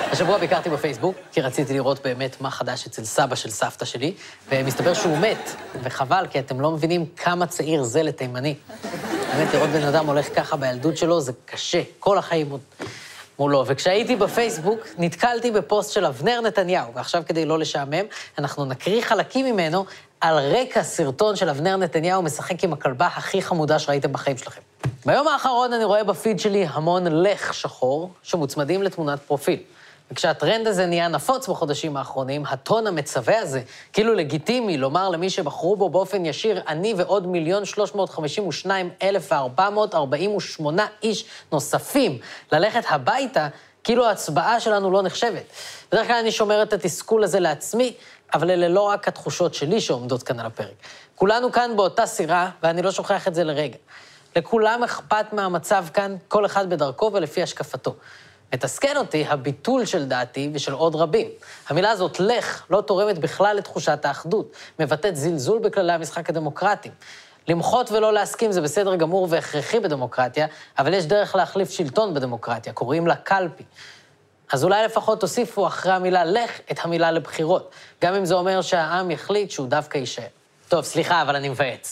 השבוע ביקרתי בפייסבוק, כי רציתי לראות באמת מה חדש אצל סבא של סבתא שלי, ומסתבר שהוא מת, וחבל, כי אתם לא מבינים כמה צעיר זה לתימני. באמת, לראות בן אדם הולך ככה בילדות שלו, זה קשה, כל החיים מולו. וכשהייתי בפייסבוק, נתקלתי בפוסט של אבנר נתניהו, ועכשיו כדי לא לשעמם, אנחנו נקריא חלקים ממנו על רקע סרטון של אבנר נתניהו משחק עם הכלבה הכי חמודה שראיתם בחיים שלכם. ביום האחרון אני רואה בפיד שלי המון לך שחור שמוצמדים לתמונת פרופיל. וכשהטרנד הזה נהיה נפוץ בחודשים האחרונים, הטון המצווה הזה, כאילו לגיטימי לומר למי שבחרו בו באופן ישיר, אני ועוד 1,352,448 איש נוספים, ללכת הביתה, כאילו ההצבעה שלנו לא נחשבת. בדרך כלל אני שומר את התסכול הזה לעצמי, אבל אלה לא רק התחושות שלי שעומדות כאן על הפרק. כולנו כאן באותה סירה, ואני לא שוכח את זה לרגע. לכולם אכפת מהמצב כאן, כל אחד בדרכו ולפי השקפתו. מתסכל אותי הביטול של דעתי ושל עוד רבים. המילה הזאת, לך, לא תורמת בכלל לתחושת האחדות, מבטאת זלזול בכללי המשחק הדמוקרטיים. למחות ולא להסכים זה בסדר גמור והכרחי בדמוקרטיה, אבל יש דרך להחליף שלטון בדמוקרטיה, קוראים לה קלפי. אז אולי לפחות תוסיפו אחרי המילה לך את המילה לבחירות, גם אם זה אומר שהעם יחליט שהוא דווקא יישאר. טוב, סליחה, אבל אני מבאץ.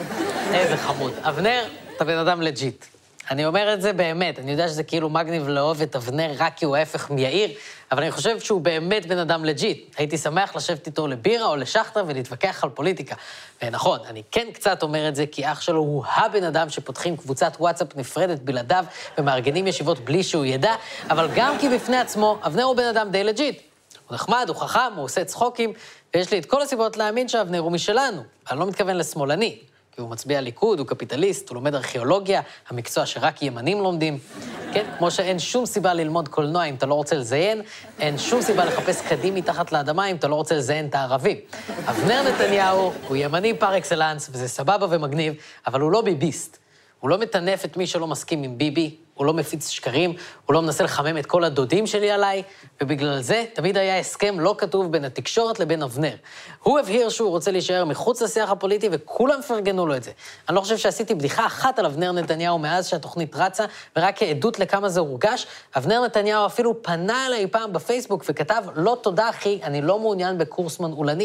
איזה חמוד. אבנר, אתה בן אדם לג'יט. אני אומר את זה באמת, אני יודע שזה כאילו מגניב לאהוב את אבנר רק כי הוא ההפך מיאיר, אבל אני חושב שהוא באמת בן אדם לג'יט. הייתי שמח לשבת איתו לבירה או לשחטה ולהתווכח על פוליטיקה. ונכון, אני כן קצת אומר את זה כי אח שלו הוא הבן אדם שפותחים קבוצת וואטסאפ נפרדת בלעדיו ומארגנים ישיבות בלי שהוא ידע, אבל גם כי בפני עצמו, אבנר הוא בן אדם די לג'יט. הוא נחמד, הוא חכם, הוא עושה צחוקים, ויש לי את כל הסיבות להאמין שאבנר הוא משלנו. אני לא מתכוון לשמאלני. כי הוא מצביע ליכוד, הוא קפיטליסט, הוא לומד ארכיאולוגיה, המקצוע שרק ימנים לומדים. כן, כמו שאין שום סיבה ללמוד קולנוע אם אתה לא רוצה לזיין, אין שום סיבה לחפש קדים מתחת לאדמה אם אתה לא רוצה לזיין את הערבים. אבנר נתניהו הוא ימני פר אקסלנס, וזה סבבה ומגניב, אבל הוא לא ביביסט. הוא לא מטנף את מי שלא מסכים עם ביבי, הוא לא מפיץ שקרים, הוא לא מנסה לחמם את כל הדודים שלי עליי, ובגלל זה תמיד היה הסכם לא כתוב בין התקשורת לבין אבנר. הוא הבהיר שהוא רוצה להישאר מחוץ לשיח הפוליטי, וכולם פרגנו לו את זה. אני לא חושב שעשיתי בדיחה אחת על אבנר נתניהו מאז שהתוכנית רצה, ורק כעדות לכמה זה הורגש, אבנר נתניהו אפילו פנה אליי פעם בפייסבוק וכתב, לא תודה אחי, אני לא מעוניין בקורס מנעולני.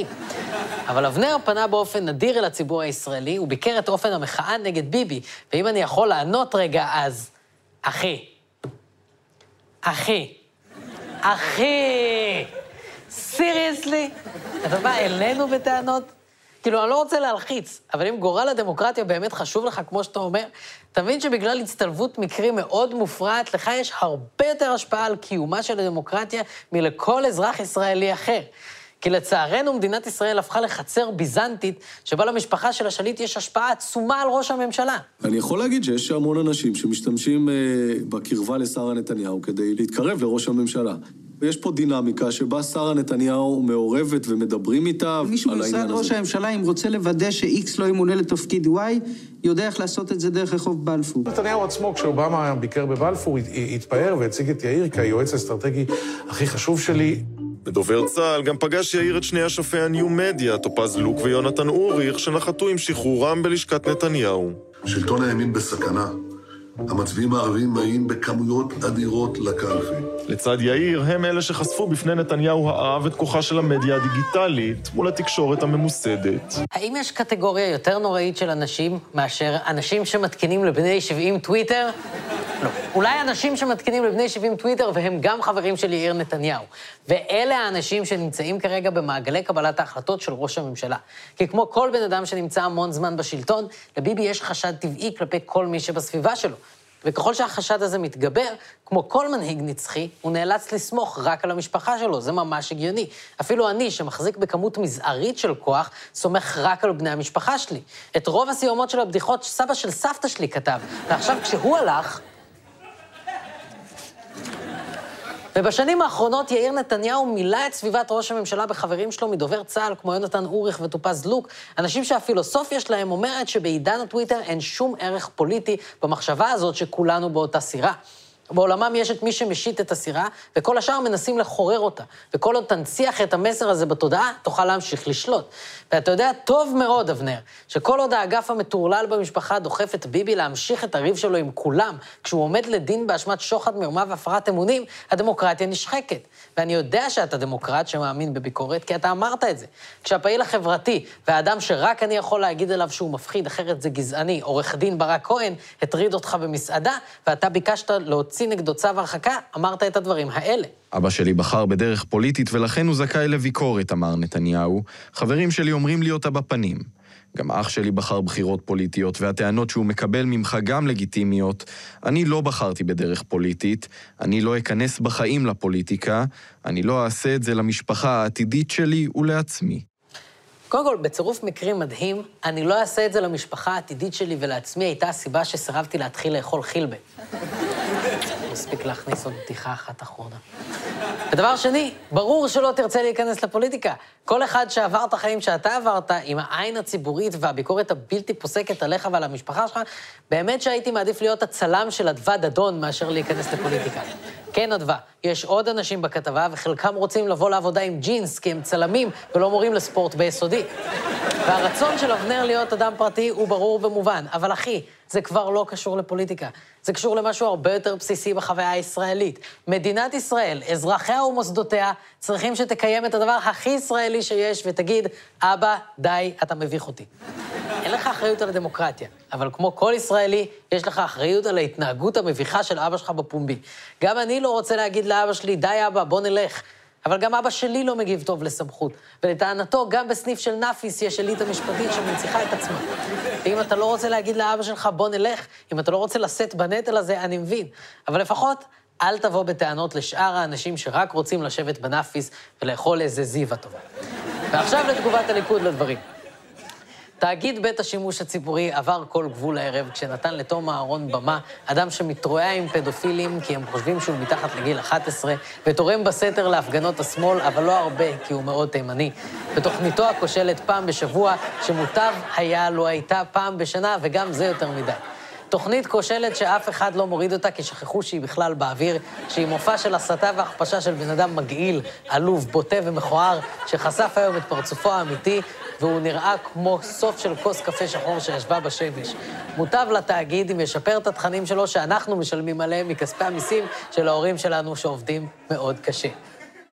אבל אבנר פנה באופן נדיר אל הציבור הישראלי, הוא ביקר את אופן המחאה נגד ביבי, ואם אני יכול לענות רגע, אז אחי, סיריוסלי? אתה בא אלינו בטענות? כאילו, אני לא רוצה להלחיץ, אבל אם גורל הדמוקרטיה באמת חשוב לך, כמו שאתה אומר, תבין שבגלל הצטלבות מקרים מאוד מופרעת, לך יש הרבה יותר השפעה על קיומה של הדמוקרטיה מלכל אזרח ישראלי אחר. כי לצערנו מדינת ישראל הפכה לחצר ביזנטית, שבה למשפחה של השליט יש השפעה עצומה על ראש הממשלה. אני יכול להגיד שיש המון אנשים שמשתמשים בקרבה לשרה נתניהו כדי להתקרב לראש הממשלה. ויש פה דינמיקה שבה שרה נתניהו מעורבת ומדברים איתה מישהו במשרד ראש הממשלה, אם רוצה לוודא ש-X לא ימונה לתפקיד Y, יודע איך לעשות את זה דרך רחוב בלפור. נתניהו עצמו, כשאובמה ביקר בבלפור, התפאר והציג את יאיר כיועץ האסטרטגי הכי חשוב שלי. בדובר צה"ל גם פגש יאיר את שני השופי הניו מדיה, טופז לוק ויונתן אוריך, שנחתו עם שחרורם בלשכת נתניהו. שלטון הימין בסכנה. המצביעים הערבים באים בכמויות אדירות לקלפי. לצד יאיר הם אלה שחשפו בפני נתניהו האב את כוחה של המדיה הדיגיטלית מול התקשורת הממוסדת. האם יש קטגוריה יותר נוראית של אנשים מאשר אנשים שמתקינים לבני 70 טוויטר? לא. אולי אנשים שמתקינים לבני 70 טוויטר והם גם חברים של יאיר נתניהו. ואלה האנשים שנמצאים כרגע במעגלי קבלת ההחלטות של ראש הממשלה. כי כמו כל בן אדם שנמצא המון זמן בשלטון, לביבי יש חשד טבעי כלפי כל מי שבסביבה שלו. וככל שהחשד הזה מתגבר, כמו כל מנהיג נצחי, הוא נאלץ לסמוך רק על המשפחה שלו, זה ממש הגיוני. אפילו אני, שמחזיק בכמות מזערית של כוח, סומך רק על בני המשפחה שלי. את רוב הסיומות של הבדיחות סבא של סבתא שלי כתב, ועכשיו כשהוא הלך, ובשנים האחרונות יאיר נתניהו מילא את סביבת ראש הממשלה בחברים שלו מדובר צה"ל, כמו יונתן אוריך וטופז לוק, אנשים שהפילוסופיה שלהם אומרת שבעידן הטוויטר אין שום ערך פוליטי במחשבה הזאת שכולנו באותה סירה. בעולמם יש את מי שמשית את הסירה, וכל השאר מנסים לחורר אותה. וכל עוד תנציח את המסר הזה בתודעה, תוכל להמשיך לשלוט. ואתה יודע טוב מאוד, אבנר, שכל עוד האגף המטורלל במשפחה דוחף את ביבי להמשיך את הריב שלו עם כולם, כשהוא עומד לדין באשמת שוחד, מרמה והפרת אמונים, הדמוקרטיה נשחקת. ואני יודע שאתה דמוקרט שמאמין בביקורת, כי אתה אמרת את זה. כשהפעיל החברתי והאדם שרק אני יכול להגיד עליו שהוא מפחיד, אחרת זה גזעני, עורך דין ברק כהן, הטריד אותך במסעדה, ואתה ביקשת להוציא נגדו צו הרחקה, אמרת את הדברים האלה. אבא שלי בחר בדרך פוליטית ולכן הוא זכאי לביקורת, אמר נתניהו. חברים שלי אומרים לי אותה בפנים. גם אח שלי בחר בחירות פוליטיות, והטענות שהוא מקבל ממך גם לגיטימיות. אני לא בחרתי בדרך פוליטית, אני לא אכנס בחיים לפוליטיקה, אני לא אעשה את זה למשפחה העתידית שלי ולעצמי. קודם כל, בצירוף מקרים מדהים, אני לא אעשה את זה למשפחה העתידית שלי ולעצמי, הייתה הסיבה שסירבתי להתחיל לאכול חילבה. מספיק להכניס עוד בדיחה אחת אחרונה. ודבר שני, ברור שלא תרצה להיכנס לפוליטיקה. כל אחד שעבר את החיים שאתה עברת, עם העין הציבורית והביקורת הבלתי פוסקת עליך ועל המשפחה שלך, באמת שהייתי מעדיף להיות הצלם של אדווה דדון מאשר להיכנס לפוליטיקה. כן, אדווה, יש עוד אנשים בכתבה, וחלקם רוצים לבוא לעבודה עם ג'ינס, כי הם צלמים ולא מורים לספורט ביסודי. והרצון של אבנר להיות אדם פרטי הוא ברור ומובן, אבל אחי, זה כבר לא קשור לפוליטיקה. זה קשור למשהו הרבה יותר בסיסי בחוויה הישראלית. מדינת ישראל, אזרחיה ומוסדותיה, צריכים שתקיים את הדבר הכי ישראלי שיש, ותגיד, אבא, די, אתה מביך אותי. אין לך אחריות על הדמוקרטיה, אבל כמו כל ישראלי, יש לך אחריות על ההתנהגות המביכה של אבא שלך בפומבי. גם אני לא רוצה להגיד לאבא שלי, די אבא, בוא נלך. אבל גם אבא שלי לא מגיב טוב לסמכות, ולטענתו גם בסניף של נאפיס יש אליטה משפטית שמנציחה את עצמה. ואם אתה לא רוצה להגיד לאבא שלך בוא נלך, אם אתה לא רוצה לשאת בנטל הזה, אני מבין. אבל לפחות אל תבוא בטענות לשאר האנשים שרק רוצים לשבת בנאפיס ולאכול איזה זיווה טובה. ועכשיו לתגובת הליכוד לדברים. תאגיד בית השימוש הציבורי עבר כל גבול הערב כשנתן לתום אהרון במה, אדם שמתרועע עם פדופילים כי הם חושבים שהוא מתחת לגיל 11, ותורם בסתר להפגנות השמאל, אבל לא הרבה כי הוא מאוד תימני. בתוכניתו הכושלת פעם בשבוע, שמוטב היה לא הייתה פעם בשנה, וגם זה יותר מדי. תוכנית כושלת שאף אחד לא מוריד אותה, כי שכחו שהיא בכלל באוויר, שהיא מופע של הסתה והכפשה של בן אדם מגעיל, עלוב, בוטה ומכוער, שחשף היום את פרצופו האמיתי, והוא נראה כמו סוף של כוס קפה שחור שישבה בשמש. מוטב לתאגיד אם ישפר את התכנים שלו שאנחנו משלמים עליהם מכספי המיסים של ההורים שלנו שעובדים מאוד קשה.